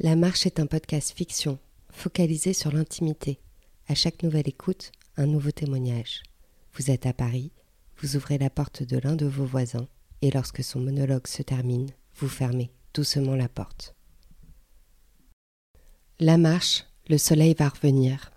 La Marche est un podcast fiction, focalisé sur l'intimité. À chaque nouvelle écoute, un nouveau témoignage. Vous êtes à Paris, vous ouvrez la porte de l'un de vos voisins, et lorsque son monologue se termine, vous fermez doucement la porte. La Marche, le soleil va revenir.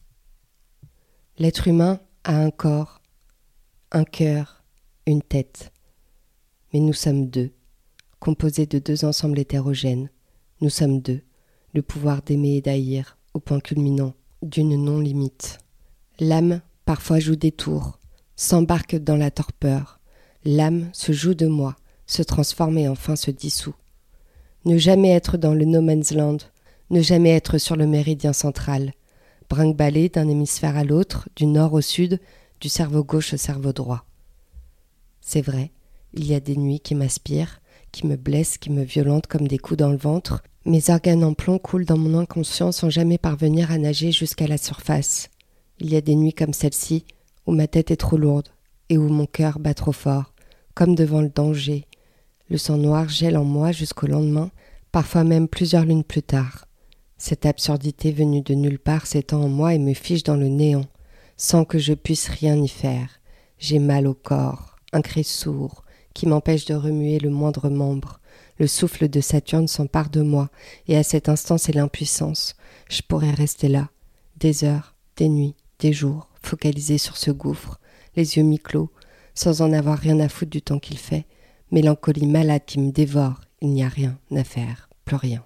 L'être humain a un corps, un cœur, une tête. Mais nous sommes deux, composés de deux ensembles hétérogènes. Nous sommes deux, le pouvoir d'aimer et d'haïr, au point culminant d'une non-limite. L'âme parfois joue des tours, s'embarque dans la torpeur. L'âme se joue de moi, se transforme et enfin se dissout. Ne jamais être dans le no man's land, ne jamais être sur le méridien central, brinque-ballé d'un hémisphère à l'autre, du nord au sud, du cerveau gauche au cerveau droit. C'est vrai, il y a des nuits qui m'aspirent, qui me blessent, qui me violentent comme des coups dans le ventre. Mes organes en plomb coulent dans mon inconscient sans jamais parvenir à nager jusqu'à la surface. Il y a des nuits comme celle-ci, où ma tête est trop lourde et où mon cœur bat trop fort, comme devant le danger. Le sang noir gèle en moi jusqu'au lendemain, parfois même plusieurs lunes plus tard. Cette absurdité venue de nulle part s'étend en moi et me fige dans le néant, sans que je puisse rien y faire. J'ai mal au corps, un cri sourd, qui m'empêche de remuer le moindre membre. Le souffle de Saturne s'empare de moi, et à cet instant c'est l'impuissance. Je pourrais rester là, des heures, des nuits, des jours, focalisé sur ce gouffre, les yeux mi-clos, sans en avoir rien à foutre du temps qu'il fait. Mélancolie malade qui me dévore, il n'y a rien à faire, plus rien.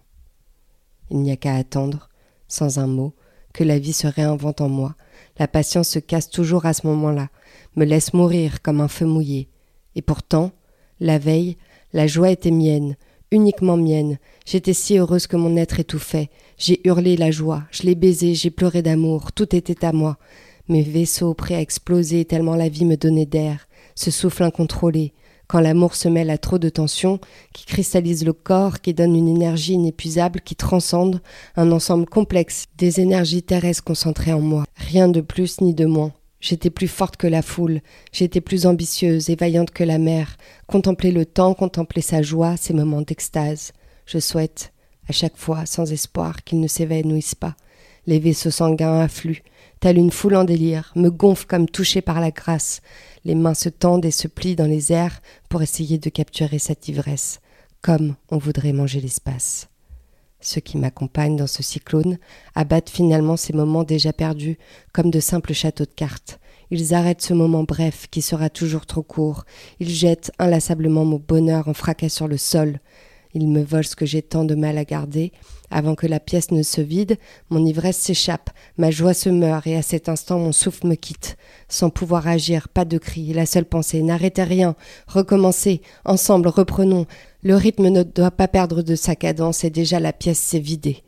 Il n'y a qu'à attendre, sans un mot, que la vie se réinvente en moi. La patience se casse toujours à ce moment-là, me laisse mourir comme un feu mouillé. Et pourtant, la veille, la joie était mienne, uniquement mienne. J'étais si heureuse que mon être étouffait. J'ai hurlé la joie, je l'ai baisé, j'ai pleuré d'amour, tout était à moi. Mes vaisseaux prêts à exploser tellement la vie me donnait d'air, ce souffle incontrôlé. Quand l'amour se mêle à trop de tension, qui cristallise le corps, qui donne une énergie inépuisable, qui transcende un ensemble complexe des énergies terrestres concentrées en moi. Rien de plus ni de moins. J'étais plus forte que la foule, j'étais plus ambitieuse et vaillante que la mer. Contempler le temps, contempler sa joie, ces moments d'extase. Je souhaite, à chaque fois, sans espoir, qu'ils ne s'évanouissent pas. Les vaisseaux sanguins affluent, telle une foule en délire, me gonflent comme touchée par la grâce. Les mains se tendent et se plient dans les airs pour essayer de capturer cette ivresse, comme on voudrait manger l'espace. Ceux qui m'accompagnent dans ce cyclone abattent finalement ces moments déjà perdus, comme de simples châteaux de cartes. Ils arrêtent ce moment bref qui sera toujours trop court. Ils jettent inlassablement mon bonheur en fracas sur le sol. Ils me volent ce que j'ai tant de mal à garder. Avant que la pièce ne se vide, mon ivresse s'échappe, ma joie se meurt et à cet instant mon souffle me quitte. Sans pouvoir agir, pas de cri, la seule pensée, n'arrêtez rien, recommencez, ensemble reprenons. Le rythme ne doit pas perdre de sa cadence et déjà la pièce s'est vidée.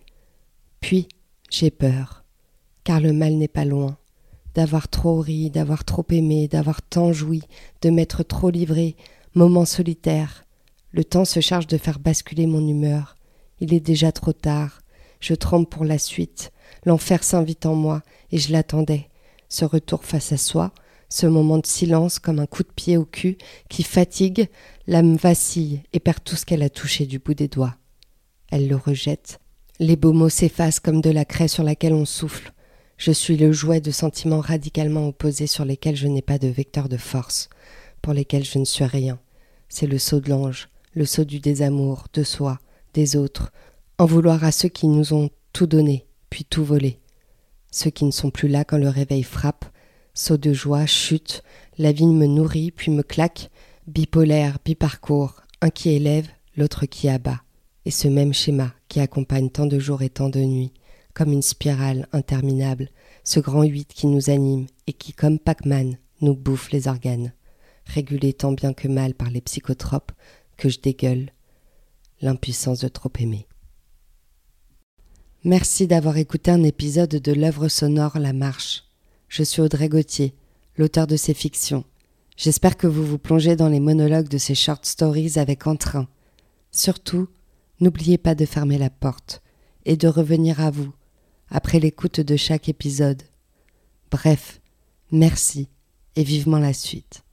Puis, j'ai peur, car le mal n'est pas loin. D'avoir trop ri, d'avoir trop aimé, d'avoir tant joui, de m'être trop livré, moment solitaire. Le temps se charge de faire basculer mon humeur. Il est déjà trop tard. Je tremble pour la suite. L'enfer s'invite en moi et je l'attendais. Ce retour face à soi, ce moment de silence comme un coup de pied au cul qui fatigue, l'âme vacille et perd tout ce qu'elle a touché du bout des doigts. Elle le rejette. Les beaux mots s'effacent comme de la craie sur laquelle on souffle. Je suis le jouet de sentiments radicalement opposés sur lesquels je n'ai pas de vecteur de force, pour lesquels je ne suis rien. C'est le saut de l'ange, le saut du désamour, de soi, des autres, en vouloir à ceux qui nous ont tout donné, puis tout volé. Ceux qui ne sont plus là quand le réveil frappe, saut de joie, chute, la vie me nourrit puis me claque, bipolaire, biparcours, un qui élève, l'autre qui abat. Et ce même schéma qui accompagne tant de jours et tant de nuits, comme une spirale interminable, ce grand 8 qui nous anime et qui, comme Pac-Man, nous bouffe les organes. Régulé tant bien que mal par les psychotropes, que je dégueule l'impuissance de trop aimer. Merci d'avoir écouté un épisode de l'œuvre sonore La Marche. Je suis Audrey Gauthier, l'auteur de ces fictions. J'espère que vous vous plongez dans les monologues de ces short stories avec entrain. Surtout, n'oubliez pas de fermer la porte et de revenir à vous après l'écoute de chaque épisode. Bref, merci et vivement la suite.